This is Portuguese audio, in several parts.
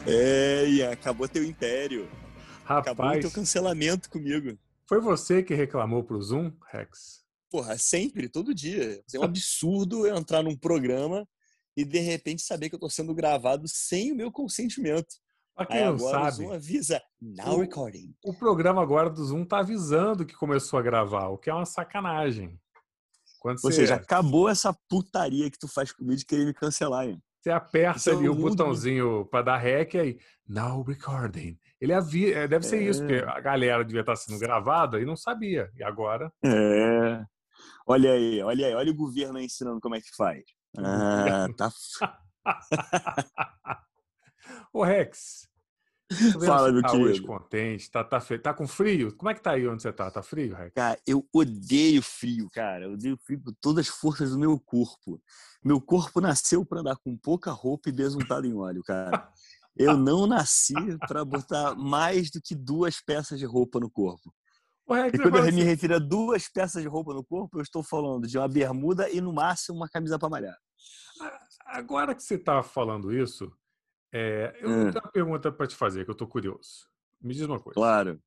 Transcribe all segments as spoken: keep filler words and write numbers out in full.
É, Ian, acabou teu império. Acabou o teu Rapaz, cancelamento comigo. foi você que reclamou pro Zoom, Rex? Porra, sempre, todo dia. É um absurdo eu entrar num programa e de repente saber que eu tô sendo gravado sem o meu consentimento. Pra Aí quem não agora o Zoom sabe, avisa, now o, recording. o programa agora do Zoom tá avisando que começou a gravar, o que é uma sacanagem. Quando Ou seja, você, acabou essa putaria que tu faz comigo de querer me cancelar, hein? você Isso aperta é ali o o mundo. botãozinho para dar rec aí, now recording. Ele avisa, deve ser isso, porque É, a galera devia estar sendo gravada e não sabia. E agora é. Olha aí, olha aí, olha o governo aí ensinando como é que faz. o Ah, governo. tá. Ô Rex, tô vendo que Fala, você meu tá hoje querido. contente, tá, tá, fe- tá com frio? Como é que tá aí onde você tá? Tá frio, Rex? Cara, eu odeio frio, cara. Eu odeio frio com todas as forças do meu corpo. Meu corpo nasceu para andar com pouca roupa e besuntado em óleo, cara. Eu não nasci para botar mais do que duas peças de roupa no corpo. Ô Rex, E quando agora eu que me você, refiro a duas peças de roupa no corpo, eu estou falando de uma bermuda e no máximo uma camisa para malhar. a- agora que você tá falando isso, é, eu, eu Hum, tenho uma pergunta para te fazer, que eu tô curioso. Me diz uma coisa. claro,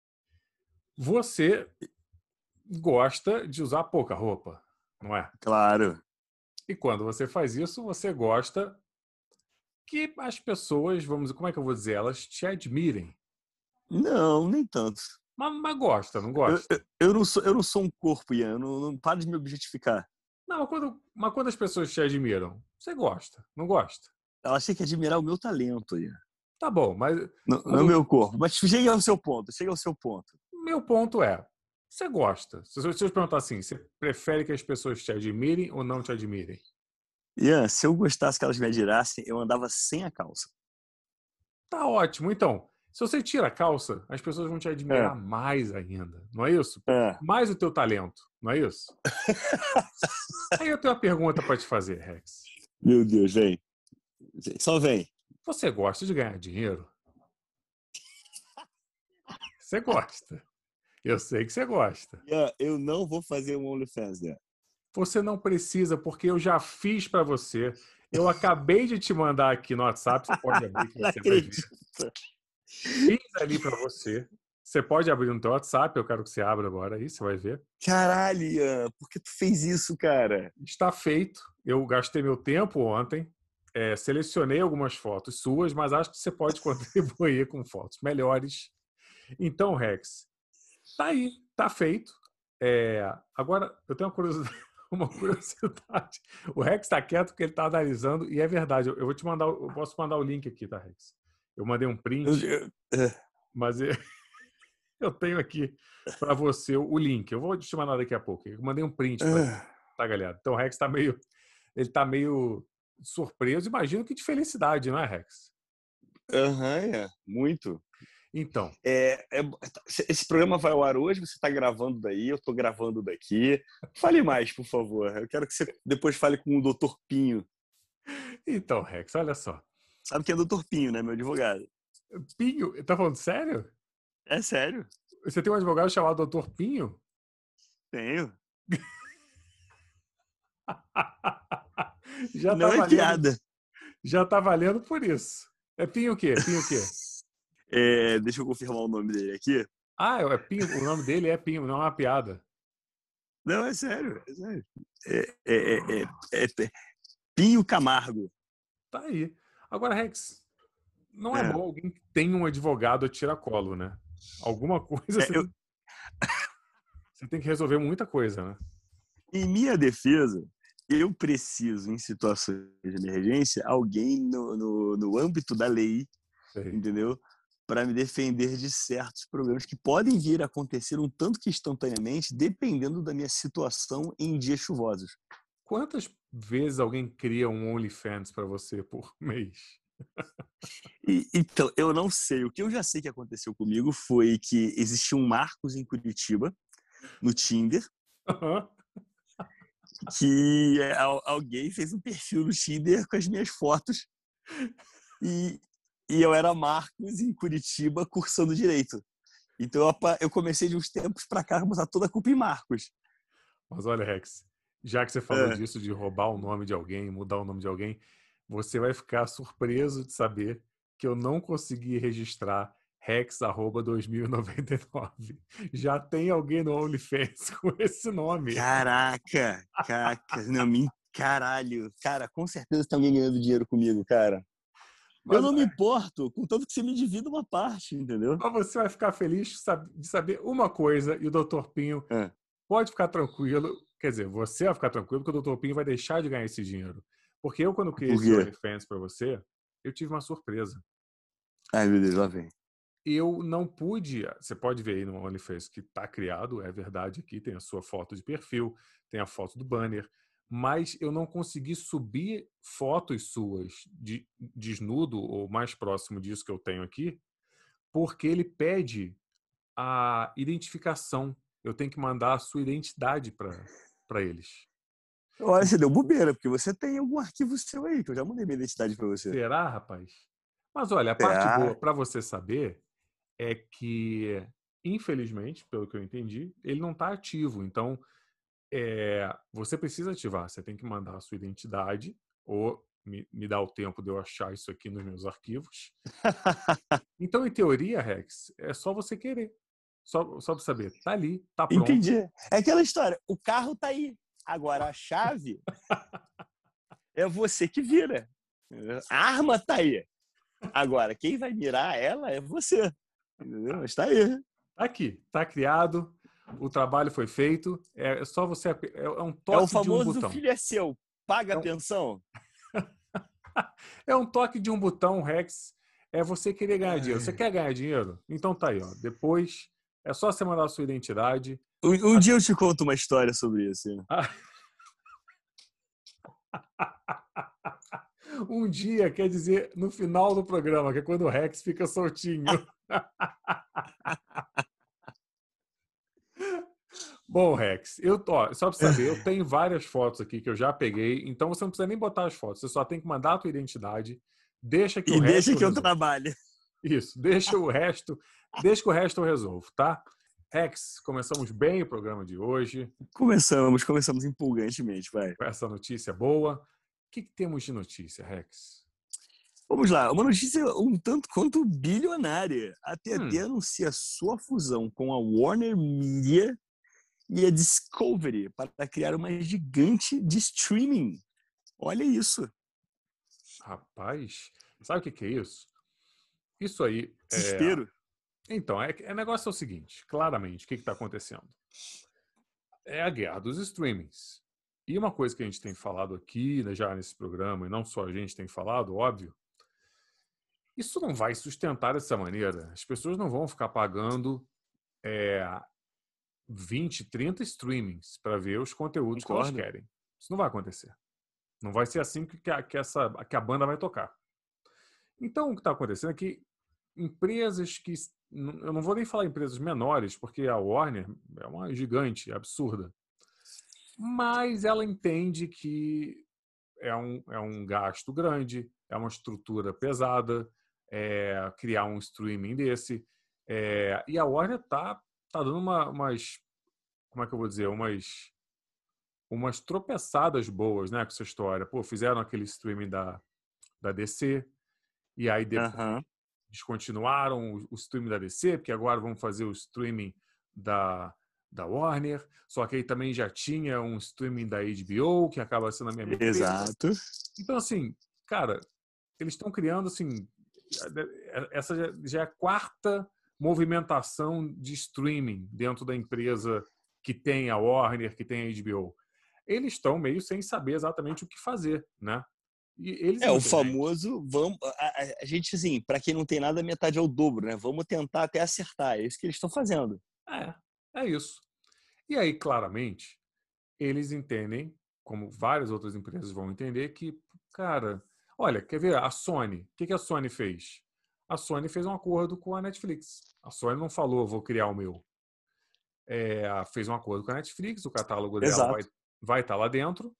Você gosta de usar pouca roupa, não é? claro. E quando você faz isso, você gosta que as pessoas, vamos dizer, como é que eu vou dizer, elas te admirem. Não, nem tanto. Mas, mas gosta, não Eu, eu, gosta? eu não sou, eu não sou um corpo, Ian. Não, não para de me objetificar. Não, mas quando, mas quando as pessoas te admiram, você gosta, não gosta? Ela tinha que admirar o meu talento, Ian. Tá bom, mas Não, não o quando meu corpo. Mas chega ao seu ponto, chega ao seu ponto. meu ponto é, você gosta. Se eu se eu te perguntar assim, você prefere que as pessoas te admirem ou não te admirem? Ian, se eu gostasse que elas me admirassem, eu andava sem a calça. Tá ótimo. Então, se você tira a calça, as pessoas vão te É, admirar mais ainda, não é isso? é. Mais o teu talento, não é isso? Aí eu tenho uma pergunta para te fazer, Rex. Meu Deus, vem. Só vem. Você gosta de ganhar dinheiro? Você gosta. Eu sei que você gosta. Ian, eu não vou fazer um OnlyFans, Ian. Você não precisa, porque eu já fiz para você. Eu acabei de te mandar aqui no WhatsApp, você pode abrir que Não você vai ver. acredito. Fiz ali para você. Você pode abrir no teu WhatsApp, eu quero que você abra agora aí, você vai ver. Caralho, Ian, por que tu fez isso, cara? Está feito. Eu gastei meu tempo ontem, é, selecionei algumas fotos suas, mas acho que você pode contribuir com fotos melhores. Então, Rex, tá aí, tá feito. É, agora, eu tenho uma curiosidade, uma curiosidade. O Rex está quieto porque ele está analisando, e é verdade. Eu, eu vou te mandar, eu posso mandar o link aqui, tá, Rex? Eu mandei um Eu, print, eu, é, mas eu, eu tenho aqui para você o link. Eu vou te mandar daqui a pouco. Eu mandei um print para ele, é. tá, galera? Então o Rex está meio, ele tá meio surpreso. Imagino que de felicidade, não é, Rex? Aham, Ian, muito. Então, É, é, esse programa vai ao ar hoje, você está gravando daí, eu estou gravando daqui. Fale mais, por favor. Eu quero que você depois fale com o doutor Pinho. então, Rex, olha só. Sabe quem é o doutor Pinho, né? Meu advogado. Pinho, tá falando sério? É sério? Você tem um advogado chamado doutor Pinho? Tenho. Já tá Não é valendo, piada. já tá valendo por isso. É Pinho o quê? Pinho o quê? É, deixa eu confirmar o nome dele aqui. Ah, é Pinho, o nome dele é Pinho, não é uma piada. Não, é sério. É sério. É, é, é, é, é Pinho Camargo. Tá aí. Agora, Rex, não é É. bom alguém que tem um advogado a tiracolo, né? Alguma coisa É, você eu, tem, você tem que resolver muita coisa, né? em minha defesa, eu preciso, em situações de emergência, alguém no, no, no âmbito da lei, Sei. entendeu? Para me defender de certos problemas que podem vir a acontecer um tanto que instantaneamente, dependendo da minha situação em dias chuvosos. Quantas vezes alguém cria um OnlyFans para você por mês? E, então, eu não sei. O que eu já sei que aconteceu comigo foi que existia um Marcos em Curitiba, no Tinder, que é, alguém fez um perfil no Tinder com as minhas fotos e, e eu era Marcos em Curitiba cursando direito. Então eu, eu comecei de uns tempos para cá a botar toda a culpa em Marcos. Mas olha, Rex, já que você falou É. disso, de roubar o nome de alguém, mudar o nome de alguém, você vai ficar surpreso de saber que eu não consegui registrar Rex arroba dois mil e noventa e nove. Já tem alguém no OnlyFans com esse nome. Caraca, caraca, não, me caralho. Cara, com certeza tem alguém ganhando dinheiro comigo, cara. Eu Mas, não me importo, contanto que você me divida uma parte, entendeu? mas você vai ficar feliz de saber uma coisa, e o doutor Pinho É. pode ficar tranquilo. Quer dizer, você vai ficar tranquilo porque o doutor Pinho vai deixar de ganhar esse dinheiro. Porque eu, quando criei Por esse quê? OnlyFans para você, eu tive uma surpresa. Ai, meu Deus, lá vem. Eu não pude. Você pode ver aí no OnlyFans que está criado, é verdade, aqui tem a sua foto de perfil, tem a foto do banner, mas eu não consegui subir fotos suas de desnudo ou mais próximo disso que eu tenho aqui, porque ele pede a identificação. Eu tenho que mandar a sua identidade para eles. Olha, você deu bobeira, porque você tem algum arquivo seu aí, que eu já mandei minha identidade pra você. Será, rapaz? Mas olha, a É, parte boa ah, para você saber é que, infelizmente, pelo que eu entendi, ele não está ativo. Então, é, você precisa ativar. Você tem que mandar a sua identidade ou me, me dar o tempo de eu achar isso aqui nos meus arquivos. Então, em teoria, Rex, é só você querer. Só, só para saber, tá ali, tá pronto. entendi. É aquela história, o carro tá aí. Agora, a chave é você que vira. A arma tá aí. Agora, quem vai mirar ela é você. Entendeu? Mas tá aí. Tá aqui, tá criado, o trabalho foi feito. É só você. É um É o toque de um famoso botão. filho é seu, paga É a um, pensão. é um toque de um botão, Rex. É você querer ganhar dinheiro. Você Ai. quer ganhar dinheiro? Então tá aí, ó. Depois é só você mandar a sua identidade. Um, um dia eu te conto uma história sobre isso. Né? Um dia quer dizer no final do programa, que é quando o Rex fica soltinho. Bom, Rex, eu tô, ó, só para saber, eu tenho várias fotos aqui que eu já peguei, então você não precisa nem botar as fotos, você só tem que mandar a tua identidade, deixa que o E resto deixa eu que eu resolvo. trabalhe. Isso, deixa o resto, deixa que o resto eu resolvo, tá? Rex, começamos bem o programa de hoje, Começamos, começamos empolgantemente, vai. com essa notícia boa. O que, que temos de notícia, Rex? Vamos lá, uma notícia um tanto quanto bilionária. A T T Hum, anuncia sua fusão com a Warner Media e a Discovery para criar uma gigante de streaming. Olha isso. rapaz, sabe o que, que é isso? Isso aí é. Desespero. Então, é, é negócio é o seguinte, claramente, o que está acontecendo? É a guerra dos streamings. E uma coisa que a gente tem falado aqui, né, já nesse programa, e não só a gente tem falado, óbvio, isso não vai sustentar dessa maneira. As pessoas não vão ficar pagando é, vinte, trinta streamings para ver os conteúdos que elas Concordo. querem. Isso não vai acontecer. Não vai ser assim que a, que essa, que a banda vai tocar. Então, o que está acontecendo é que empresas que... Eu não vou nem falar empresas menores, porque a Warner é uma gigante, absurda. Mas ela entende que é um, é um gasto grande, é uma estrutura pesada, é, criar um streaming desse. É, e a Warner tá, tá dando uma, umas, como é que eu vou dizer, umas, umas tropeçadas boas, né, com essa história. Pô, fizeram aquele streaming da, da D C, e aí depois Aham. descontinuaram o, o streaming da D C, porque agora vão fazer o streaming da, da Warner, só que aí também já tinha um streaming da H B O, que acaba sendo a mesma empresa. Exato. Então, assim, cara, eles estão criando, assim, essa já é a quarta movimentação de streaming dentro da empresa que tem a Warner, que tem a H B O. Eles estão meio sem saber exatamente o que fazer, né? E eles É o entendem. famoso, vamos, a, a, a gente assim, para quem não tem nada, metade é o dobro, né? Vamos tentar até acertar. É isso que eles estão fazendo. É, é isso. E aí, claramente, eles entendem, como várias outras empresas vão entender, que, cara, olha, quer ver? A Sony, o que, que a Sony fez? A Sony fez um acordo com a Netflix. A Sony não falou, vou criar o meu. É, fez um acordo com a Netflix, o catálogo dela vai Exato. vai estar lá dentro.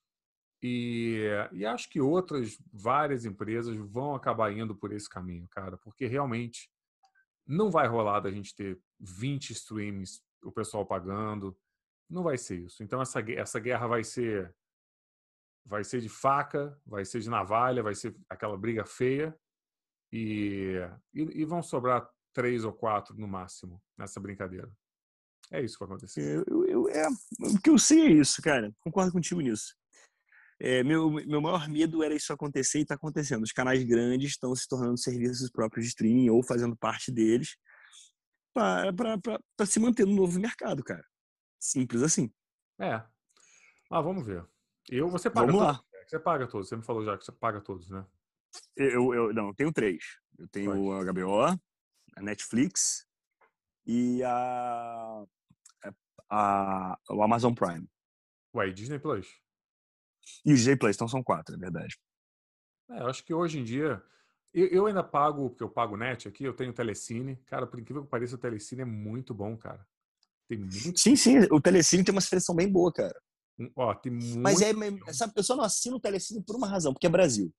E, e acho que outras várias empresas vão acabar indo por esse caminho, cara, porque realmente não vai rolar da gente ter vinte streams, o pessoal pagando. Não vai ser isso. Então essa, essa guerra vai ser vai ser de faca, vai ser de navalha, vai ser aquela briga feia. E, e, e vão sobrar três ou quatro no máximo nessa brincadeira. É isso que vai acontecer. Eu, eu, eu- é, o que eu sei é isso, cara. Concordo contigo nisso. É, meu, meu maior medo era isso acontecer e está acontecendo. Os canais grandes estão se tornando serviços próprios de streaming ou fazendo parte deles para se manter no novo mercado, cara. Simples assim. É. Ah, vamos ver. Eu, você paga Vamos todos? lá. Você paga todos. Você me falou já que você paga todos, né? Eu, eu não, eu tenho três. Eu Quais? tenho a H B O, a Netflix e a, a, o Amazon Prime. Ué, e Disney Plus? E o Disney Plus, então são quatro, é verdade. É, eu acho que hoje em dia. Eu, eu ainda pago, porque eu pago net aqui, eu tenho Telecine. Cara, por incrível que pareça, o Telecine é muito bom, cara. Tem muito. Sim, sim, o Telecine tem uma seleção bem boa, cara. Ó, tem Mas muito. é, sabe, eu só não assino o Telecine por uma razão, porque é Brasil.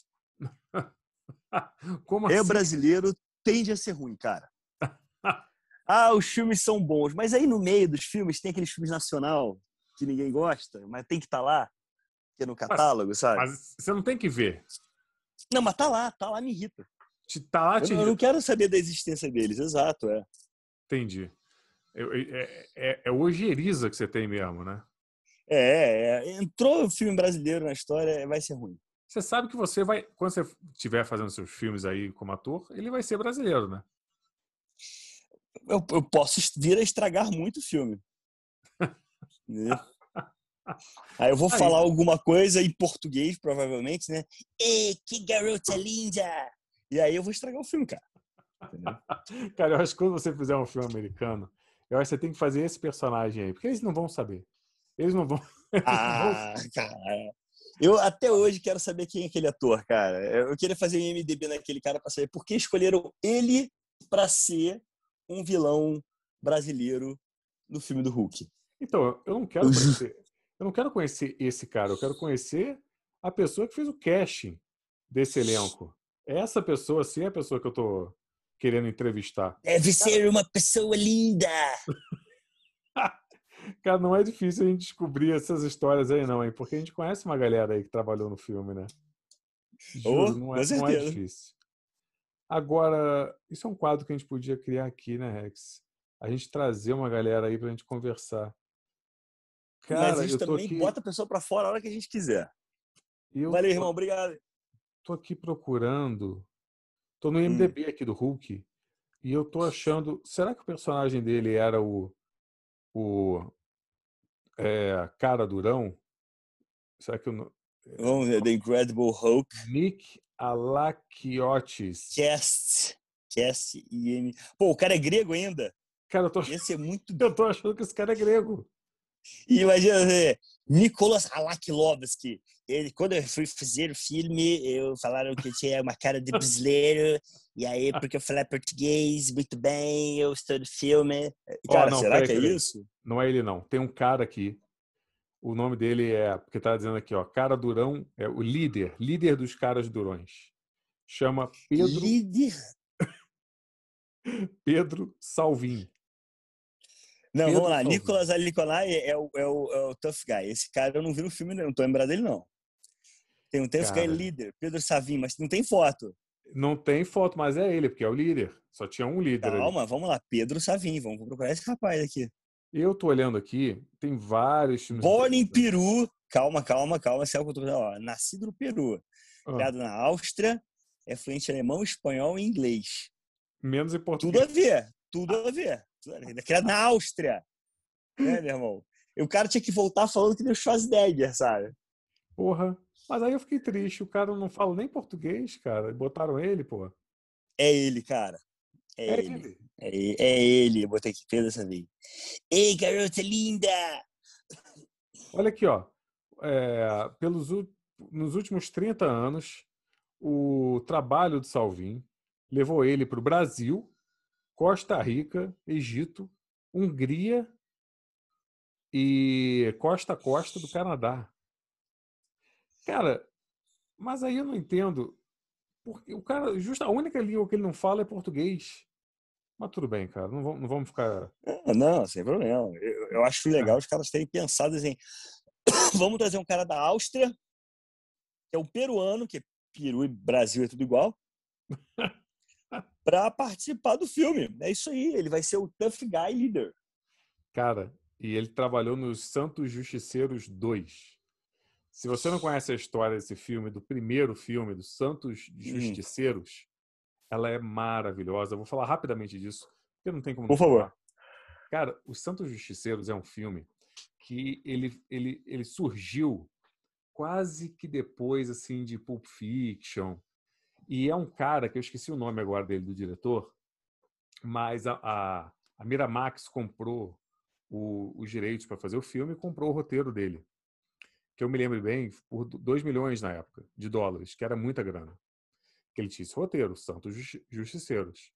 Como É assim? brasileiro, tende a ser ruim, cara. Ah, os filmes são bons, mas aí no meio dos filmes tem aqueles filmes nacional que ninguém gosta, mas tem que estar tá lá, que é no Mas, catálogo, sabe? mas você não tem que ver. Não, mas tá lá, tá lá, me irrita. Te- Tá lá Eu te não, eu não irritando. quero saber da existência deles, exato, é. Entendi. Eu- É, é, é ojeriza que você tem mesmo, né? É, é, entrou o filme brasileiro na história, vai ser ruim. Você sabe que você vai, quando você estiver fazendo seus filmes aí como ator, ele vai ser brasileiro, né? Eu, eu posso vir a estragar muito o filme. Né? Aí eu vou Aí, falar alguma coisa em português, provavelmente, né? Ei, que garota linda! E aí eu vou estragar o filme, cara. Entendeu? cara, eu acho que quando você fizer um filme americano, eu acho que você tem que fazer esse personagem aí, porque eles não vão saber. Eles não vão. Eles não vão. Ah, cara. Eu até hoje quero saber quem é aquele ator, cara. Eu queria fazer um I M D B naquele cara para saber por que escolheram ele para ser um vilão brasileiro no filme do Hulk. Então, eu não quero Eu ju... conhecer. Eu não quero conhecer esse cara, eu quero conhecer a pessoa que fez o casting desse elenco. Essa pessoa, sim, é a pessoa que eu tô querendo entrevistar. Deve Cara, ser uma pessoa linda. cara, não é difícil a gente descobrir essas histórias aí, não, hein? Porque a gente conhece uma galera aí que trabalhou no filme, né? Juro, Oh, não com é, não é certeza. difícil. Agora, isso é um quadro que a gente podia criar aqui, né, Rex? A gente trazer uma galera aí pra gente conversar. Mas a Cara, gente eu tô também aqui, bota a pessoa para fora a hora que a gente quiser. eu Valeu, tô, irmão. Obrigado. tô aqui procurando. Tô no Hum. I M D B aqui do Hulk e eu tô achando. Será que o personagem dele era o, o é, cara durão? Será que o no- é, Vamos ver. The Incredible Hulk. Nick Alakiotis? Cast. Cast I M. Pô, o cara é grego ainda. Cara, eu tô, Ia ser muito. eu tô achando que esse cara é grego. E imagina, né? Nicolas Alakilovski. Ele, quando eu fui fazer o filme, eu falaram que eu tinha uma cara de brasileiro. E aí, porque eu falei português muito bem, eu estou no filme. Ó, Cara, não, será peraí, que é peraí. isso? Não é ele, não. Tem um cara aqui. O nome dele é. Porque tá dizendo aqui, ó. Cara Durão é o líder. Líder dos caras durões. Chama Pedro, Líder. Pedro Salvin. Não, vamos Pedro lá. Salvin. Nicolas Aliconai é o, é, o, é o Tough Guy. Esse cara eu não vi no filme, não tô lembrado dele, não. Tem um Tough Guy Cara, líder, Pedro Savim, mas não tem foto. não tem foto, mas é ele, porque é o líder. Só tinha um líder ali. Calma, vamos lá. Pedro Savim, vamos procurar esse rapaz aqui. Eu tô olhando aqui, tem vários filmes Born in interessantes. Peru. Calma, calma, calma. Esse é o que eu tô... Ó, nascido no Peru. Ah, Criado na Áustria. É fluente em alemão, espanhol e inglês. menos em Tudo a português. ver. Tudo a ver. Tudo a ver. Criado na Áustria. Né, meu irmão? E o cara tinha que voltar falando que deu Schwarzenegger, sabe? Porra. Mas aí eu fiquei triste. O cara não fala nem português, cara. Botaram ele, pô. É ele, cara. É É ele. ele. É ele. É ele. Eu botei aqui Pedro dessa vez. Ei, garota linda! Olha aqui, ó. É, pelos, ú- nos últimos trinta anos, o trabalho do Salvin levou ele para o Brasil, Costa Rica, Egito, Hungria e costa a costa do Canadá. Cara, mas aí eu não entendo. Porque o cara, justo a única língua que ele não fala é português. Mas tudo bem, cara. Não vamos, não vamos ficar. Ah, não, sem problema. Eu, eu acho legal É. os caras terem pensado assim: vamos trazer um cara da Áustria, que é um peruano, que Peru e Brasil é tudo igual, para participar do filme. É isso aí, ele vai ser o Tough Guy Leader. Cara, e ele trabalhou nos Santos Justiceiros dois. Se você não conhece a história desse filme, do primeiro filme, dos Santos Justiceiros, hum. ela é maravilhosa. Eu vou falar rapidamente disso, porque não tem como não Por favor. falar. Cara, Os Santos Justiceiros é um filme que ele, ele, ele surgiu quase que depois assim de Pulp Fiction. E é um cara que eu esqueci o nome agora dele, do diretor, mas a, a, a Miramax comprou o, os direitos para fazer o filme e comprou o roteiro dele, que eu me lembro bem, por dois milhões na época, de dólares, que era muita grana. Que ele tinha esse roteiro, Santos Justiceiros.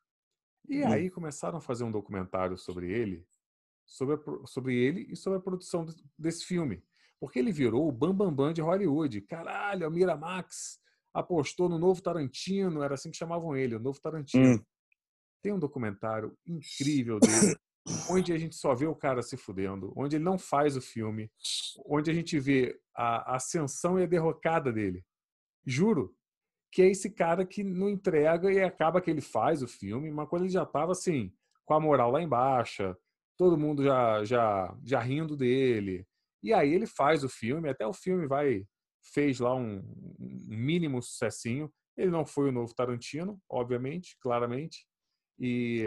E aí começaram a fazer um documentário sobre ele, sobre, a, sobre ele e sobre a produção desse filme. Porque ele virou o bambambam bam, bam de Hollywood. Caralho, a Miramax apostou no novo Tarantino, era assim que chamavam ele, o novo Tarantino. Hum. Tem um documentário incrível dele, onde a gente só vê o cara se fudendo, onde ele não faz o filme, onde a gente vê a ascensão e a derrocada dele. Juro que é esse cara que não entrega e acaba que ele faz o filme, mas quando ele já estava assim, com a moral lá embaixo, todo mundo já, já, já rindo dele. E aí ele faz o filme, até o filme vai fez lá um, um mínimo sucessinho. Ele não foi o novo Tarantino, obviamente, claramente. E,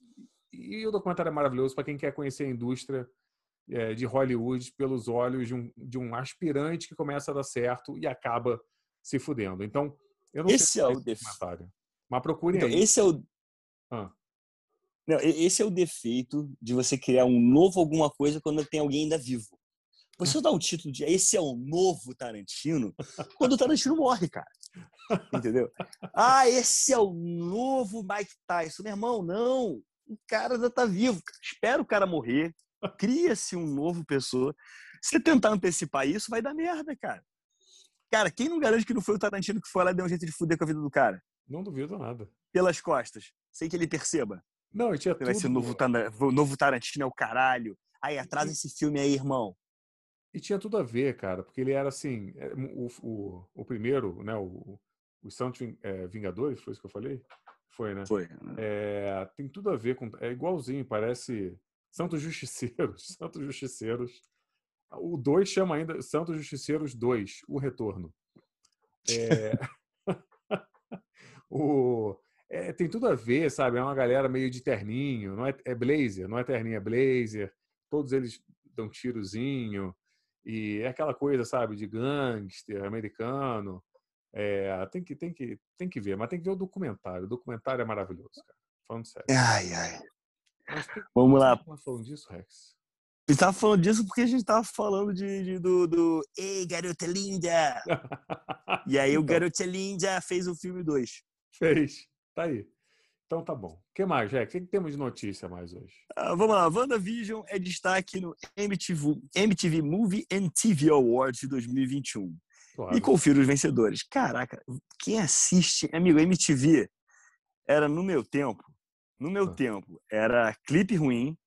e o documentário é maravilhoso para quem quer conhecer a indústria é, de Hollywood pelos olhos de um, de um aspirante que começa a dar certo e acaba se fudendo. Então, eu não esse sei é se o documentário, mas procurem então, aí. Esse é o ah. Não, esse é o defeito de você criar um novo alguma coisa quando tem alguém ainda vivo. Você dá o título de esse é o novo Tarantino quando o Tarantino morre, cara. Entendeu? Ah, esse é o novo Mike Tyson. Meu irmão, não. O cara ainda tá vivo. Espera o cara morrer. Cria-se um novo pessoa. Se tentar antecipar isso, vai dar merda, cara. Cara, quem não garante que não foi o Tarantino que foi lá e deu um jeito de fuder com a vida do cara? Não duvido nada. Pelas costas. Sem que ele perceba. Não, e tinha vai tudo... ser o novo, o novo Tarantino é o caralho. Aí, atrás desse filme aí, irmão. E tinha tudo a ver, cara, porque ele era assim, o, o, o primeiro, né, o, o Santos é, Vingadores, foi isso que eu falei? Foi, né? Foi. É, tem tudo a ver com, é igualzinho, parece Santos Justiceiros, Santos Justiceiros. O dois chama ainda Santos Justiceiros dois, o retorno. É, o, é, tem tudo a ver, sabe? É uma galera meio de terninho, não é, é blazer, não é terninho, é blazer. Todos eles dão tirozinho. E é aquela coisa, sabe, de gangster americano. É, tem, que, tem, que, tem que ver, mas tem que ver o documentário. O documentário é maravilhoso, cara. Falando sério. Ai, ai. Mas por, Vamos lá. Você tá falando disso, Rex? A gente tava falando disso porque a gente tava falando de, de do, do Ei, garota linda! E aí então, o Garota Linda fez o filme dois. Fez. Tá aí. Então tá bom. O que mais, Rex? O que temos de notícia mais hoje? Ah, vamos lá. WandaVision é destaque no M T V, M T V Movie and T V Awards de dois mil e vinte e um. Claro. E confira os vencedores. Caraca, quem assiste... Amigo, M T V era no meu tempo. No meu ah. tempo, era clipe ruim,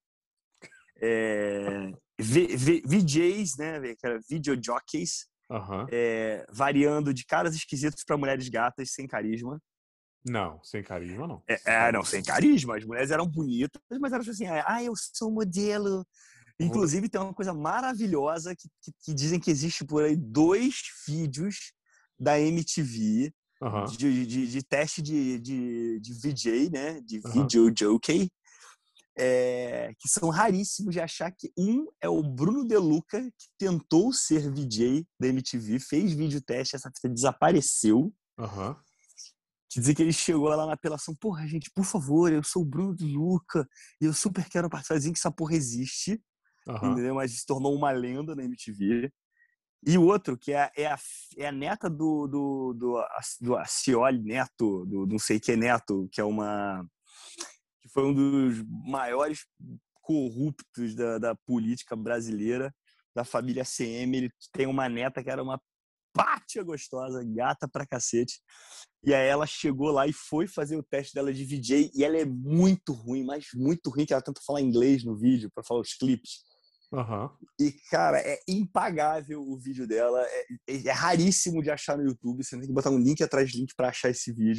é, v, v, V Js, né? Que era video jockeys, uh-huh. é, variando de caras esquisitos para mulheres gatas sem carisma. Não, sem carisma não. É, é, não, sem carisma. As mulheres eram bonitas, mas eram assim, ah, eu sou modelo. Inclusive, tem uma coisa maravilhosa que, que, que dizem que existe por aí dois vídeos da M T V uh-huh. de, de, de teste de, de, de V J, né? De uh-huh. video jockey, é, que são raríssimos de achar. Que um é o Bruno De Luca, que tentou ser V J da M T V, fez vídeo teste, essa fita desapareceu. Aham. Uh-huh. Te dizer que ele chegou lá na apelação, porra, gente, por favor, eu sou o Bruno De Luca e eu super quero participar, dizem que essa porra existe, uhum. entendeu? Mas se tornou uma lenda na M T V. E o outro, que é, é, a, é a neta do, do, do, do Acioli Neto, do não sei que Neto, que é uma... que foi um dos maiores corruptos da, da política brasileira, da família C M. Ele tem uma neta que era uma pátia gostosa, gata pra cacete. E aí ela chegou lá e foi fazer o teste dela de V J e ela é muito ruim, mas muito ruim, que ela tenta falar inglês no vídeo pra falar os clipes. Uhum. E, cara, é impagável o vídeo dela. É, é, é raríssimo de achar no YouTube. Você tem que botar um link atrás de link pra achar esse vídeo.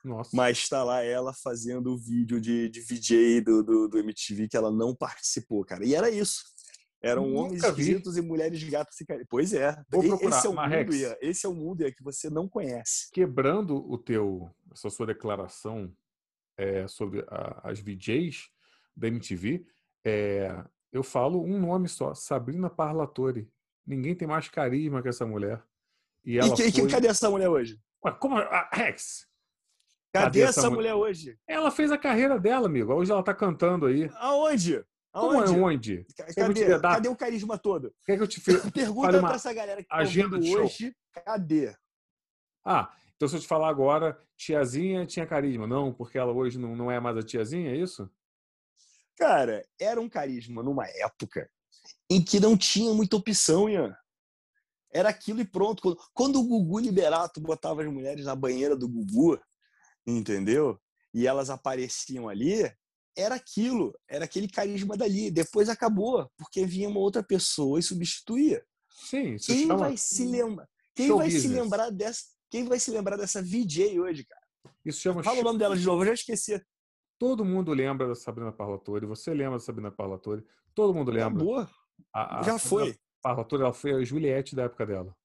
Nossa. Mas tá lá ela fazendo o vídeo de, de V J do, do, do M T V que ela não participou, cara. E era isso. Eram homens Nunca vi. esquisitos e mulheres gatas e caras. Pois é. Vou E- Esse procurar. é o mundo, Marrex, Ian. Esse é o mundo, Ian, que você não conhece. quebrando o teu, essa sua declaração é, sobre a- as V Js da M T V, é, eu falo um nome só, Sabrina Parlatore. Ninguém tem mais carisma que essa mulher. E E, ela que- que- foi... cadê essa mulher hoje? Ué, como... a- Rex, Cadê cadê essa essa mulher? mulher hoje? Ela fez a carreira dela, amigo. Hoje ela tá cantando aí. Aonde? Como é Aonde? onde? Ca- Quer que eu te dê Cadê? Cadê data? o carisma todo? Quer que eu te fe- fale Pergunta pra uma essa galera que tá agenda ouvindo de show? hoje, cadê? Ah, então se eu te falar agora, tiazinha tinha carisma. Não, porque ela hoje não, não é mais a tiazinha, é isso? Cara, era um carisma numa época em que não tinha muita opção, Ian. Era aquilo e pronto. Quando, quando o Gugu Liberato botava as mulheres na banheira do Gugu, entendeu? E elas apareciam ali, era aquilo, era aquele carisma dali. Depois acabou, porque vinha uma outra pessoa e substituía. Sim, isso Quem chama vai se lembrar? Quem show vai se business. lembrar dessa? Quem vai se lembrar dessa V J hoje, cara? Isso chama Fala o show. nome dela de novo, eu já esqueci. Todo mundo lembra da Sabrina Parlatore, você lembra da Sabrina Parlatore, todo mundo lembra. Acabou, A, a já Sabrina foi. Parlatore, ela foi a Juliette da época dela.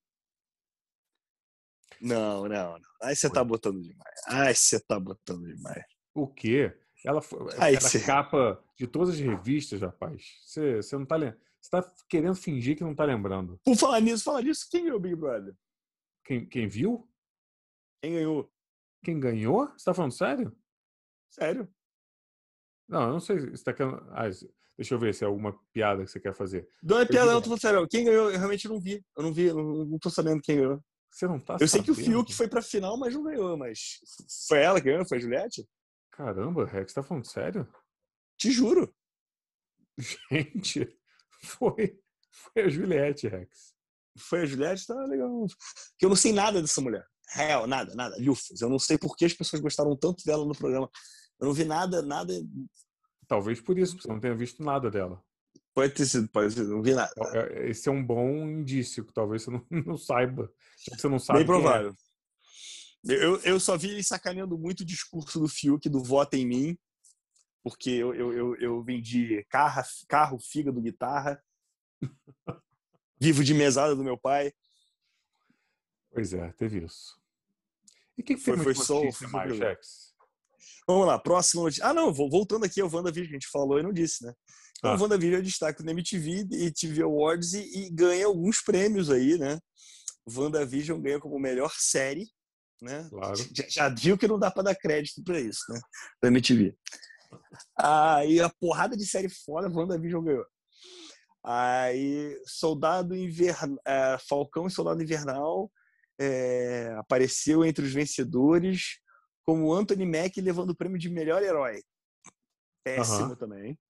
Não, não, não. Aí você tá botando demais. Aí você tá botando demais. O quê? Ela foi, Aí era você... capa de todas as revistas, rapaz. Você, você não tá lembrando. Você tá querendo fingir que não tá lembrando. Por falar nisso, falar nisso, quem ganhou o Big Brother? Quem, quem viu? Quem ganhou? Quem ganhou? Você tá falando sério? Sério? Não, eu não sei se você tá querendo. Ah, deixa eu ver se é alguma piada que você quer fazer. Não é Foi piada, não, tô Juliette. falando sério. Quem ganhou, eu realmente não vi. Eu não vi, eu não, não tô sabendo quem ganhou. Você não tá Eu sei que o sabendo? Fiuk foi pra final, mas não ganhou. Mas foi ela que ganhou? Foi a Juliette? Caramba, Rex, tá falando sério? Te juro. Gente, foi, foi a Juliette, Rex. Foi a Juliette, tá legal. Porque eu não sei nada dessa mulher. Real, nada, nada. Lufas. Eu não sei por que as pessoas gostaram tanto dela no programa. Eu não vi nada, nada. Talvez por isso, porque você não tenha visto nada dela. Pode ter sido, pode ter sido. Não vi nada. É- Esse é um bom indício, que talvez você não, não saiba. Já que você não Bem sabe quem é. provável. Eu, eu só vi ele sacaneando muito o discurso do Fiuk do voto em mim, porque eu, eu, eu, eu vendi carro, carro, fígado, guitarra, vivo de mesada do meu pai. Pois é, teve isso. E o que, que Foi, temos foi de só notícia foi mais, sobre- Rex? Vamos lá, próxima notícia. Ah, não, vou- voltando aqui ao WandaVision, que a gente falou e não disse, né? Então, Ah. o WandaVision é destaque no M T V e T V Awards e, e ganha alguns prêmios aí, né? O WandaVision ganha como melhor série, né? Claro. Já, já viu que não dá pra dar crédito pra isso, né? Da M T V. Aí a porrada de série foda, WandaVision ganhou. Aí Soldado Invernal, é, Falcão e Soldado Invernal é, apareceu entre os vencedores como Anthony Mack levando o prêmio de melhor herói. Péssimo Aham. também.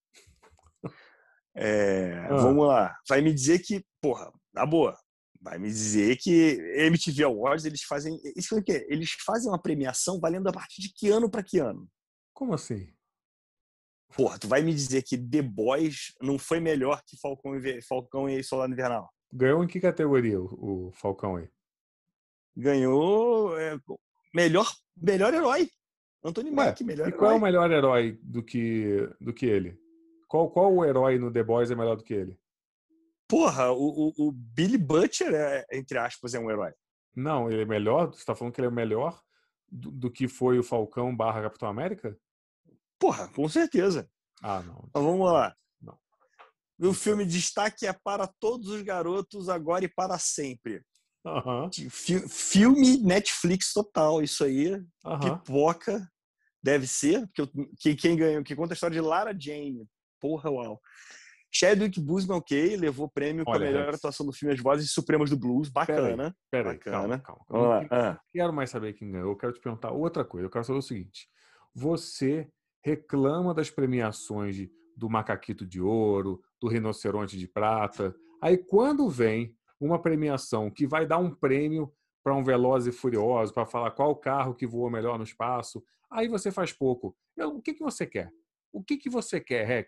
É, Ah. Vamos lá. Vai me dizer que, porra, na boa, vai me dizer que M T V Awards, eles fazem. Isso é o quê? Eles fazem uma premiação valendo a partir de que ano para que ano? Como assim? Porra, tu vai me dizer que The Boys não foi melhor que Falcão e, Falcão e Soldado Invernal? Ganhou em que categoria o, o Falcão aí? Ganhou é, melhor, melhor herói. Anthony Ué, Mack, melhor e qual é o herói. melhor herói do que, do que ele? Qual, qual o herói no The Boys é melhor do que ele? Porra, o, o, o Billy Butcher, é, entre aspas, é um herói. Não, ele é melhor? Você está falando que ele é melhor do, do que foi o Falcão barra Capitão América? Porra, com certeza. Ah, não. Então vamos lá. Não. O filme Destaque é para todos os garotos, agora e para sempre. Aham, Fi- Filme Netflix total, isso aí. aham. Pipoca, deve ser. Porque eu- que, quem ganhou, que conta a história de Lara Jane. Porra, uau. Chadwick Boseman, ok, levou prêmio com a Olha, melhor Rex. atuação do filme As Vozes Supremas do Blues. Peraí, Bacana. peraí, Bacana. calma, calma. Vamos Eu lá. não Ah. quero mais saber quem ganhou. Eu quero te perguntar outra coisa. Eu quero saber o seguinte. Você reclama das premiações de, do Macaquito de Ouro, do Rinoceronte de Prata. Aí quando vem uma premiação que vai dar um prêmio para um Velozes e Furiosos, para falar qual carro que voa melhor no espaço, aí você faz pouco. Eu, o que, que você quer? O que, que você quer, Rex?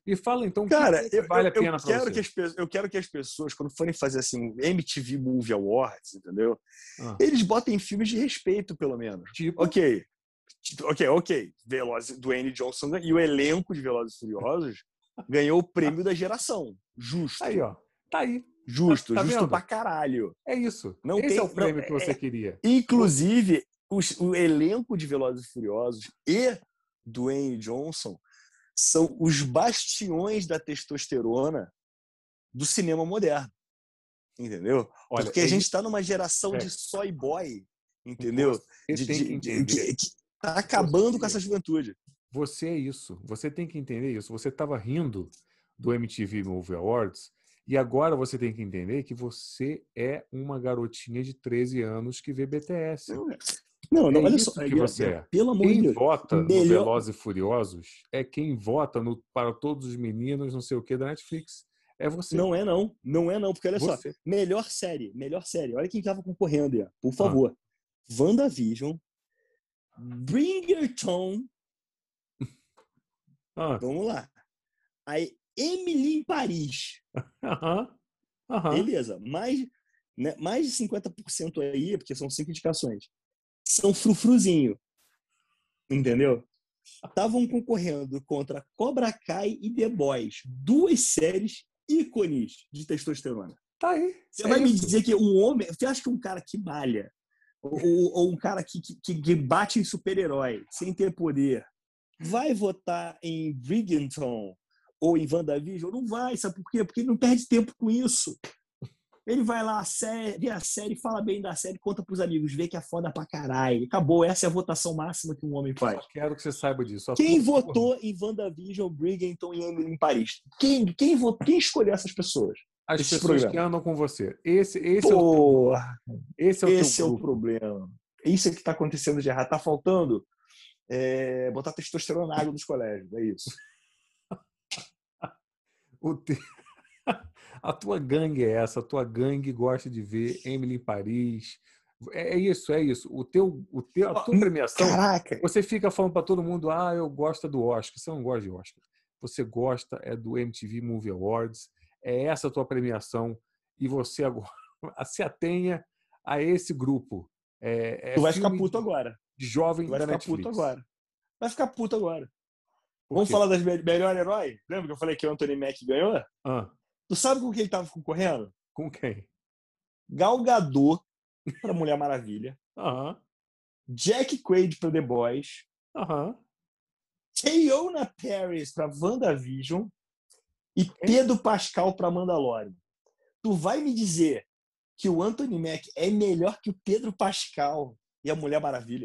E fala então o que, Cara, que eu, vale eu, a pena eu, para quero você. que as, pe- eu quero que as pessoas, quando forem fazer assim, M T V Movie Awards, entendeu? Ah, Eles botem filmes de respeito, pelo menos. tipo, Ok, ok, ok. Velozes, Dwayne Johnson e o elenco de Velozes e Furiosos ganhou o prêmio da geração. aí, Justo. ó. Tá aí. Tá, Justo, tá justo pra vendo? caralho. É isso. Não Esse é tem. o Não, prêmio que você é, queria. inclusive, os, o elenco de Velozes e Furiosos e Dwayne Johnson são os bastiões da testosterona do cinema moderno. Entendeu? Olha, Porque a é gente isso, está numa geração de Rex. soy boy, entendeu? Você De, tem que de, de, entender. que, que tá acabando com Você, essa juventude. você é isso. Você tem que entender isso. Você estava rindo do M T V Movie Awards e agora você tem que entender que você é uma garotinha de treze anos que vê B T S. Não, não, É não, olha só, isso que você é. pelo amor de Quem Deus, vota no melhor. Velozes e Furiosos é quem vota no Para Todos os Meninos, não sei o que, da Netflix. É você. Não é não, não é não, porque olha só, Você. melhor série, melhor série. Olha quem estava concorrendo aí, por Ah, favor. WandaVision, Bridgerton, ah, vamos lá. Aí, Emily em Paris. aham, aham. Beleza, mais, né, mais de cinquenta por cento aí, porque são cinco indicações, são frufruzinho, entendeu? Estavam concorrendo contra Cobra Kai e The Boys, duas séries ícones de testosterona. Tá aí. Você É vai me isso. dizer que um homem, você acha que um cara que malha, ou, ou um cara que, que, que bate em super-herói, sem ter poder, vai votar em Bridgerton ou em WandaVision? Não vai, sabe por quê? Porque ele não perde tempo com isso. Ele vai lá, a série, vê a série, fala bem da série, conta pros amigos, vê que é foda pra caralho. Acabou, essa é a votação máxima que um homem Só faz. quero que você saiba disso. A Quem tua turma. votou em WandaVision, Bridgerton e Emily em Paris? Quem, quem, votou, quem escolheu essas pessoas? As Esses pessoas que programas? andam com você. Esse, esse é o teu grupo. Porra, Esse é o teu esse é o grupo. problema. Isso é que está acontecendo de errado. Tá faltando é, botar testosterona na água dos colégios. É isso. O te... A tua gangue é essa. A tua gangue gosta de ver Emily em Paris. É isso, é isso. O teu, o teu, a tua premiação, Caraca! você fica falando para todo mundo, ah, eu gosto do Oscar. Você não gosta de Oscar. Você gosta é do M T V Movie Awards. É essa a tua premiação. E você agora se atenha a esse grupo. É, é Tu vai ficar filme puto agora. de Tu jovem vai da ficar puto Netflix. agora. Vai ficar puto agora. Por Vamos quê? falar das me melhor herói? Lembra que eu falei que o Anthony Mack ganhou? Ah, Tu sabe com quem ele tava concorrendo? com quem? Gal Gadot para Mulher Maravilha, Aham, Jack Quaid para The Boys, aham. Teyona Paris para WandaVision e Quem? Pedro Pascal para Mandalorian. Tu vai me dizer que o Anthony Mack é melhor que o Pedro Pascal e a Mulher Maravilha?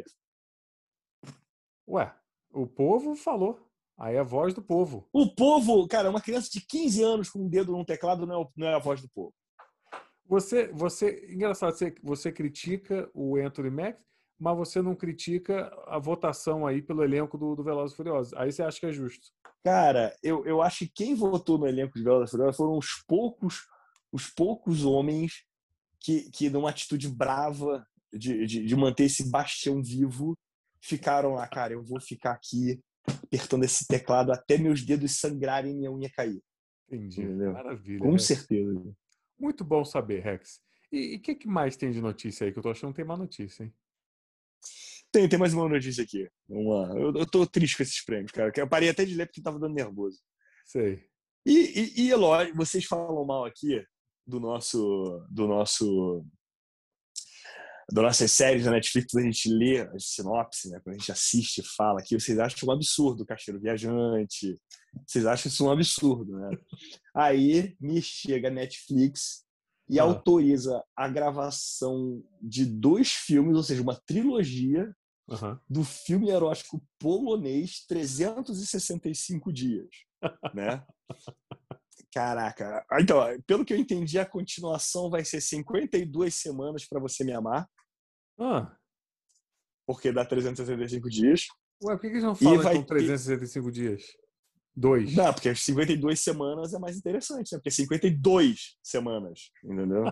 Ué, o povo falou. Aí é a voz do povo. O povo, cara, uma criança de quinze anos com um dedo num teclado não é, não é a voz do povo. Você, você, engraçado, você, você critica o Anthony Mack, mas você não critica a votação aí pelo elenco do, do Velozes e Furiosos. Aí você acha que é justo. Cara, eu, eu acho que quem votou no elenco de Velozes e Furiosos foram os poucos, os poucos homens que, que numa atitude brava de, de, de manter esse bastião vivo, ficaram lá, cara, eu vou ficar aqui apertando esse teclado até meus dedos sangrarem e minha unha cair. Entendi. Entendeu? Maravilha, Com Rex. certeza. Muito bom saber, Rex. E o que, que mais tem de notícia aí? Que eu tô achando que tem mais notícia, hein? Tem, tem mais uma notícia aqui. Vamos lá. Eu, eu tô triste com esses prêmios, cara. Eu parei até de ler porque tava dando nervoso. Sei. E, e, e Eloy, vocês falam mal aqui do nosso, do nosso, das nossas séries da Netflix, a gente lê a sinopse, né? Quando a gente assiste e fala aqui, vocês acham um absurdo o Caixeiro Viajante. Vocês acham isso um absurdo, né? Aí me chega a Netflix e Ah. autoriza a gravação de dois filmes, ou seja, uma trilogia Uhum. do filme erótico polonês trezentos e sessenta e cinco dias, né? Caraca. Então, pelo que eu entendi, a continuação vai ser cinquenta e duas semanas para você me amar, Ah. porque dá trezentos e sessenta e cinco dias. Ué, por que eles não E falam vai então ter... trezentos e sessenta e cinco dias? Dois. Não, porque as cinquenta e duas semanas é mais interessante, né? Porque cinquenta e duas semanas, entendeu?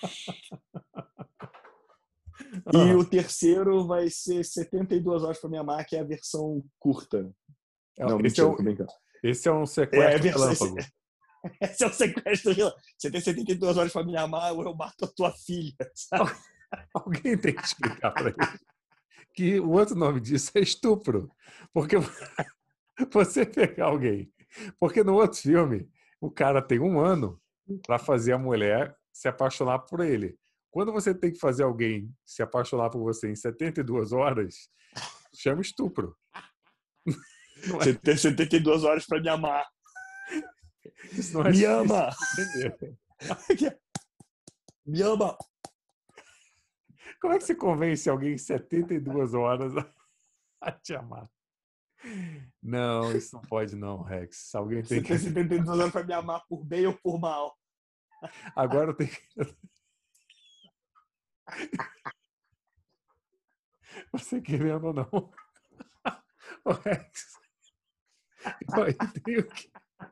E Ah. o terceiro vai ser setenta e duas horas para me amar, que é a versão curta. É, Não, esse mentira, é o, tô brincando. Esse é um É, sequestro versão- esse, relâmpago. esse é o sequestro. Você tem setenta e duas horas para me amar ou eu mato a tua filha. Sabe? Alguém tem que explicar para ele que o outro nome disso é estupro. Porque você pegar alguém. Porque no outro filme, o cara tem um ano para fazer a mulher se apaixonar por ele. Quando você tem que fazer alguém se apaixonar por você em setenta e duas horas, chama estupro. Não é, Você tem setenta e duas horas para me amar. isso não é Me difícil ama! de entender. Me ama! Como é que você convence alguém em setenta e duas horas a te amar? Não, isso não pode não, Rex. Alguém tem Você que... tem setenta e duas horas para me amar por bem ou por mal. Agora tem que... Você querendo ou não. Ô, Rex, eu aí tenho que...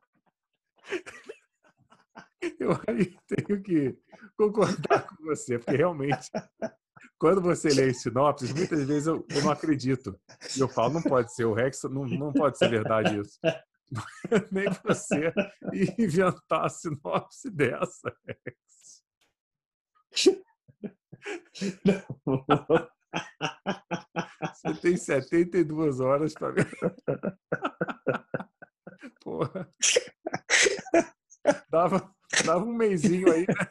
Eu aí tenho que concordar com você, porque realmente, quando você lê as sinopses, muitas vezes eu, eu não acredito. E eu falo, não pode ser o Rex, não, não pode ser verdade isso. Nem você inventar a sinopse dessa, Rex. Você tem setenta e duas horas para ver. Porra. Dava, dava um mesinho aí, né?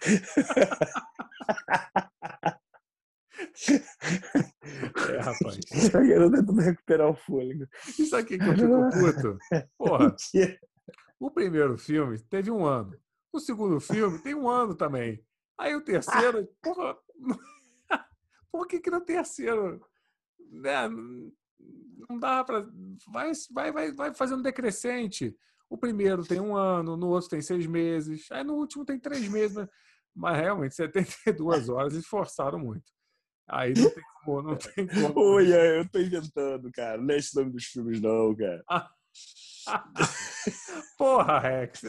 É, rapaz. Eu tô tentando recuperar o fôlego. Isso aqui que eu fico puto. Porra, Mentira. o primeiro filme teve um ano. O segundo filme tem um ano também. Aí o terceiro, porra, por que que no terceiro, né, não dá para vai, vai, vai, vai fazendo decrescente. O primeiro tem um ano, no outro tem seis meses, aí no último tem três meses, mas, mas realmente setenta e duas horas eles forçaram muito. Aí não tem como, não tem como. Oi, eu tô inventando, cara. Não é esse nome dos filmes, não, cara. Porra, Rex.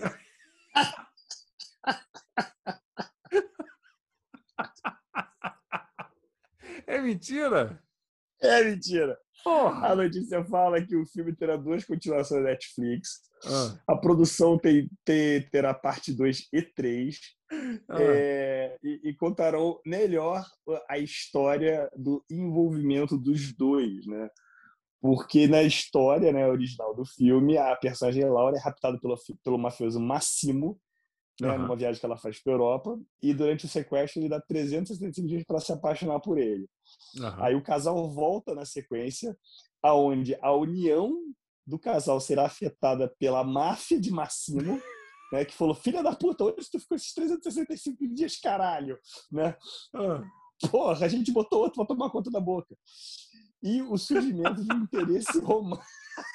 É mentira? É mentira. Porra. A notícia fala que o filme terá duas continuações da Netflix. Ah, A produção tem, tem, terá parte dois e três. ah, É, e, e contarão melhor a história do envolvimento dos dois, né? Porque na história, né, original do filme, a personagem Laura é raptada pelo, pelo mafioso Massimo, né, aham. numa viagem que ela faz para a Europa, e durante o sequestro ele dá trezentos e setenta e cinco dias para se apaixonar por ele. Aham. Aí o casal volta na sequência, aonde a união do casal será afetada pela máfia de Massimo, né, que falou, filha da puta, onde tu ficou esses trezentos e sessenta e cinco dias, caralho? Né? Ah. Porra, a gente botou outro para tomar conta da boca. E o surgimento de um interesse romântico.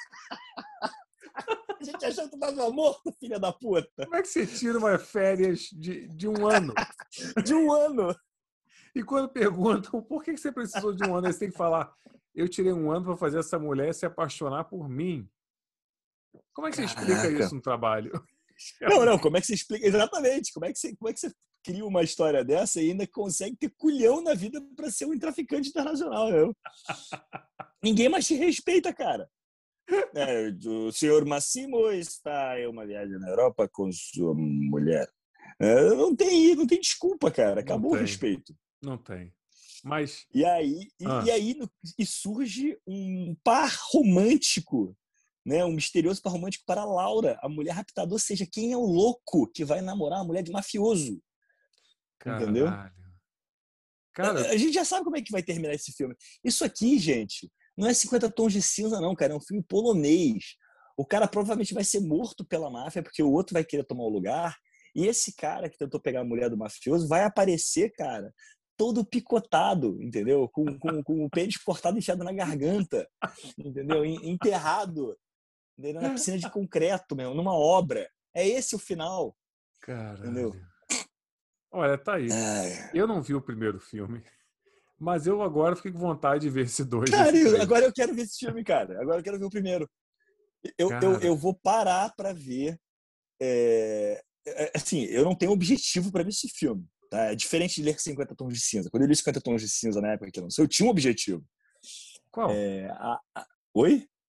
A gente achou que tu tava morto, filha da puta. Como é que você tira uma férias de, de um ano? De um ano. E quando perguntam por que você precisou de um ano, você tem que falar: eu tirei um ano para fazer essa mulher se apaixonar por mim. Como é que você explica Caraca. isso no trabalho? Não, não, como é que você explica? Exatamente. Como é que você, como é que você cria uma história dessa e ainda consegue ter culhão na vida para ser um traficante internacional? Eu. Ninguém mais te respeita, cara. É, o senhor Massimo está em uma viagem na Europa com sua mulher. É, não tem, não tem desculpa, cara. Não Acabou o tem, respeito. não tem. Mas. E aí, e, Ah. e aí e surge um par romântico, né? Um misterioso par romântico para Laura, a mulher raptada. Ou seja, quem é o louco que vai namorar a mulher de mafioso? Entendeu? Caralho. Cara, A gente já sabe como é que vai terminar esse filme. Isso aqui, gente, não é cinquenta tons de cinza, não, cara. É um filme polonês. O cara provavelmente vai ser morto pela máfia, porque o outro vai querer tomar o lugar. E esse cara que tentou pegar a mulher do mafioso vai aparecer, cara, todo picotado, entendeu? Com, com, com o pênis cortado e enfiado na garganta, entendeu? Enterrado, entendeu? Na piscina de concreto, mesmo, numa obra. É esse o final, entendeu? caralho. Olha, tá aí. Ai. Eu não vi o primeiro filme, mas eu agora fiquei com vontade de ver esse dois. Cara, esse eu, três. agora eu quero ver esse filme, cara. Agora eu quero ver o primeiro. Eu, eu, eu vou parar para ver. É, é, assim, eu não tenho objetivo para ver esse filme. Tá? É diferente de ler cinquenta Tons de Cinza. Quando eu li cinquenta Tons de Cinza na época que lançou, eu tinha um objetivo. Qual? É, a, a... Oi?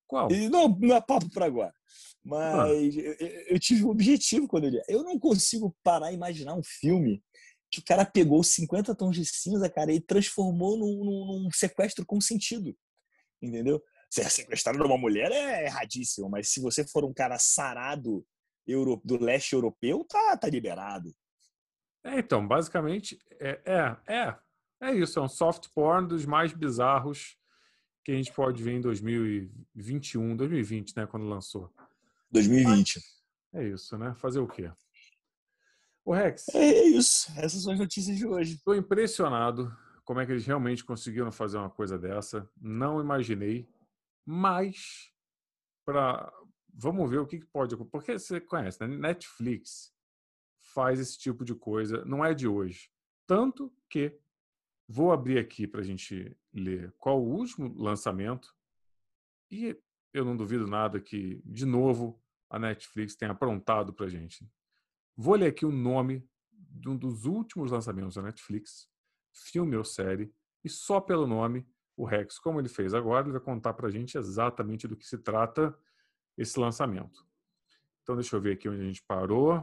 Qual? E não, não é papo para agora. Ah, Mas eu, eu tive um objetivo quando eu li. Eu não consigo parar e imaginar um filme que o cara pegou cinquenta tons de cinza, cara, e transformou num, num, num sequestro com sentido. Entendeu? Ser sequestrado de uma mulher é erradíssimo, mas se você for um cara sarado euro, do leste europeu, tá, tá liberado. é, então, basicamente, é, é, é, é isso. É um soft porn dos mais bizarros que a gente pode ver em dois mil e vinte e um, dois mil e vinte, né, quando lançou. Mas dois mil e vinte. é isso, né? Fazer o quê? O Rex, É, é isso. Essas são as notícias de hoje. estou impressionado como é que eles realmente conseguiram fazer uma coisa dessa. Não imaginei, mas para vamos ver o que que pode acontecer. Porque você conhece, né? Netflix faz esse tipo de coisa, não é de hoje. Tanto que vou abrir aqui para a gente ler qual o último lançamento e eu não duvido nada que, de novo, a Netflix tenha aprontado para a gente. Vou ler aqui o nome de um dos últimos lançamentos da Netflix, filme ou série, e só pelo nome, o Rex, como ele fez agora, ele vai contar para a gente exatamente do que se trata esse lançamento. Então, deixa eu ver aqui onde a gente parou.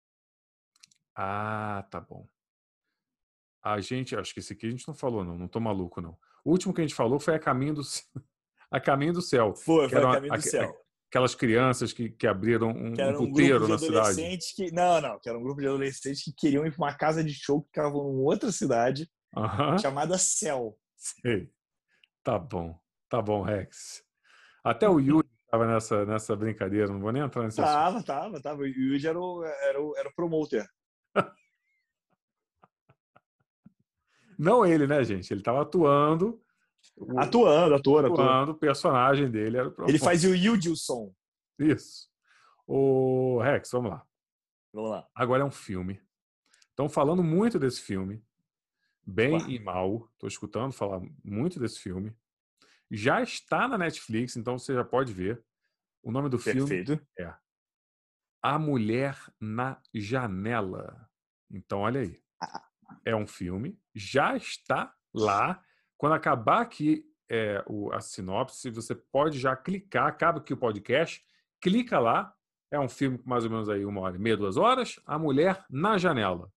Ah, tá bom. A gente, acho que esse aqui a gente não falou, não. Não tô maluco, não. O último que a gente falou foi A Caminho do, a Caminho do Céu, Foi, que foi a eram Caminho do Céu. aquelas crianças que, que abriram Que um, um era um grupo puteiro de na cidade. adolescentes que. Não, não, que era um grupo de adolescentes que queriam ir para uma casa de show que ficava em outra cidade Aham, chamada Céu. sei. Tá bom. Tá bom, Rex. Até o Yuri estava nessa, nessa brincadeira, não vou nem entrar nesse assunto. Tava, tava, tava. O Yuji era o, era o, era o promoter. Não ele, né, gente? Ele estava atuando, o, Atuando, atuando, atuando. atuando, o personagem dele era o Ele promotor. fazia o Yudilson. Isso. O Rex, vamos lá. Vamos lá. Agora é um filme. Estão falando muito desse filme, bem Uá, e mal. Estou escutando falar muito desse filme. Já está na Netflix, então você já pode ver. O nome do filme perfeito. é A Mulher na Janela. Então, olha aí. É um filme, já está lá. Quando acabar aqui é, o, a sinopse, você pode já clicar, acaba aqui o podcast, clica lá. É um filme com mais ou menos aí uma hora e meia, duas horas. A Mulher na Janela.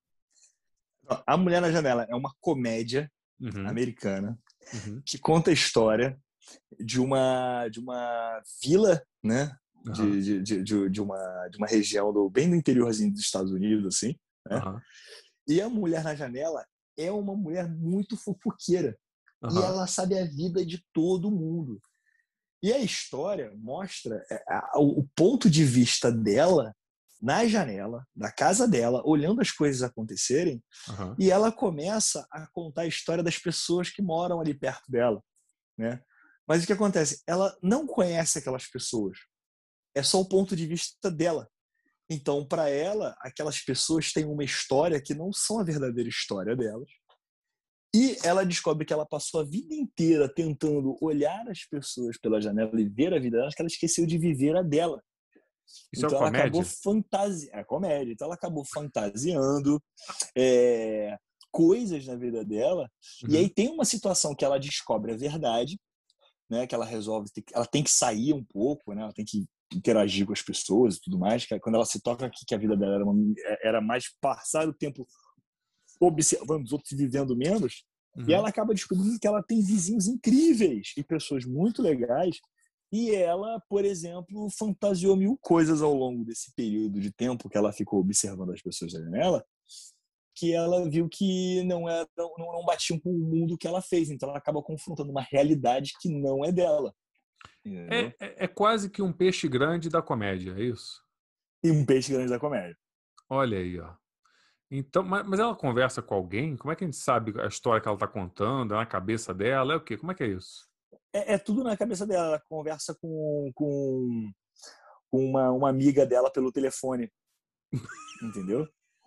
A Mulher na Janela é uma comédia Uhum, americana uhum, que conta a história de uma, de uma vila, né? uhum, De, de, de, de, uma, de uma região do, bem do interiorzinho dos Estados Unidos, assim, né? uhum, E a Mulher na Janela é uma mulher muito fofoqueira. E uhum. ela sabe a vida de todo mundo. E a história mostra é, a, o ponto de vista dela na janela da casa dela, olhando as coisas acontecerem, Uhum. e ela começa a contar a história das pessoas que moram ali perto dela, né? Mas o que acontece? Ela não conhece aquelas pessoas. É só o ponto de vista dela. Então, para ela, aquelas pessoas têm uma história que não são a verdadeira história delas. E ela descobre que ela passou a vida inteira tentando olhar as pessoas pela janela e ver a vida delas, que ela esqueceu de viver a dela. Isso é uma Então ela acabou comédia? fantasiando, é comédia, então ela acabou fantasiando é, coisas na vida dela. E aí Uhum. tem uma situação que ela descobre a verdade, né? Que ela resolve, ela tem que sair um pouco, né? Ela tem que interagir com as pessoas e tudo mais. Que quando ela se toca aqui que a vida dela era, uma, era mais passar o tempo observando os outros e vivendo menos, e Uhum. ela acaba descobrindo que ela tem vizinhos incríveis e pessoas muito legais. E ela, por exemplo, fantasiou mil coisas ao longo desse período de tempo que ela ficou observando as pessoas da janela, que ela viu que não, era, não, não batiam com o mundo que ela fez. Então ela acaba confrontando uma realidade que não é dela. É, Entendeu? é, é quase que um peixe grande da comédia, é isso? E um peixe grande da comédia. Olha aí, ó. Então, mas, mas ela conversa com alguém? Como é que a gente sabe a história que ela está contando? É na cabeça dela? É o quê? Como é que é isso? É, é tudo na cabeça dela. Ela conversa com, com, com uma, uma amiga dela pelo telefone. Entendeu?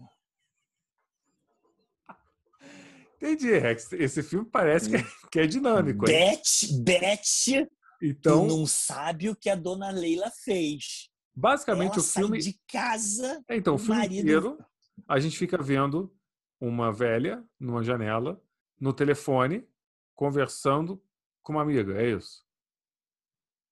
Entendi, Rex. Esse filme parece que é, que é dinâmico, hein? Beth, Beth, tu Então, não sabe o que a dona Leila fez. basicamente Ela o sai filme. de casa, É, então, o o filme marido. inteiro a gente fica vendo uma velha numa janela, no telefone, conversando com uma amiga, é isso?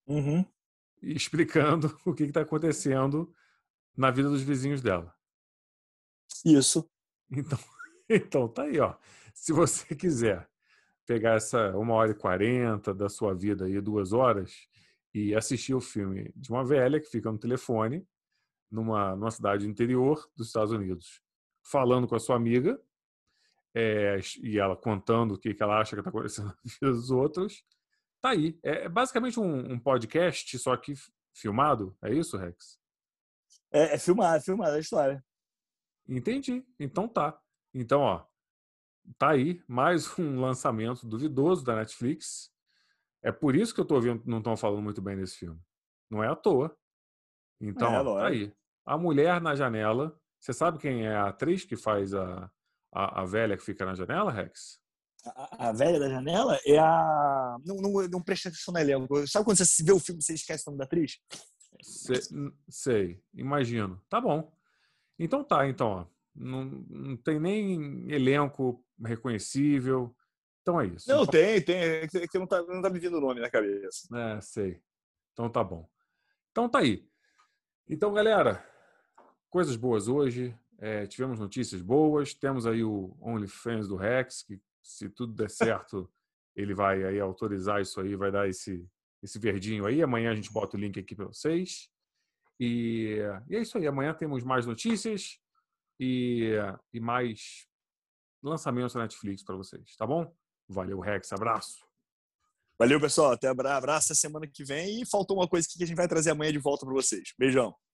Uhum. explicando o que está acontecendo na vida dos vizinhos dela. Isso. Então, então tá aí, ó. Se você quiser pegar essa uma hora e quarenta da sua vida aí, duas horas, e assistir o filme de uma velha que fica no telefone, numa, numa cidade interior dos Estados Unidos, falando com a sua amiga, é, e ela contando o que, que ela acha que está acontecendo na vida dos outros, tá aí. É, é basicamente um, um podcast, só que filmado. É isso, Rex? É, é filmar, é filmar a história. Entendi. Então tá. Então, ó, tá aí mais um lançamento duvidoso da Netflix. É por isso que eu tô vendo não estão falando muito bem desse filme. Não é à toa. Então, É, ó, tá lógico. aí. A Mulher na Janela. Você sabe quem é a atriz que faz a, a, a velha que fica na janela, Rex? A, a velha da janela é a. Não, não, não presta atenção no elenco. Sabe quando você vê o filme e você esquece o nome da atriz? Sei, sei, imagino. Tá bom. Então tá, então, ó. Não, não tem nem elenco reconhecível. Então é isso. Não, Então, tem, tem. É que não tá, não tá me vindo o nome na cabeça. é, sei. Então tá bom. Então tá aí. Então, galera, coisas boas hoje. É, tivemos notícias boas. Temos aí o OnlyFans do Rex, que se tudo der certo, ele vai aí autorizar isso aí, vai dar esse, esse verdinho aí. Amanhã a gente bota o link aqui para vocês. E, e é isso aí. Amanhã temos mais notícias e, e mais lançamentos da Netflix para vocês, tá bom? Valeu, Rex. Abraço. Valeu, pessoal. Até abraço a semana que vem. E faltou uma coisa que a gente vai trazer amanhã de volta para vocês. Beijão.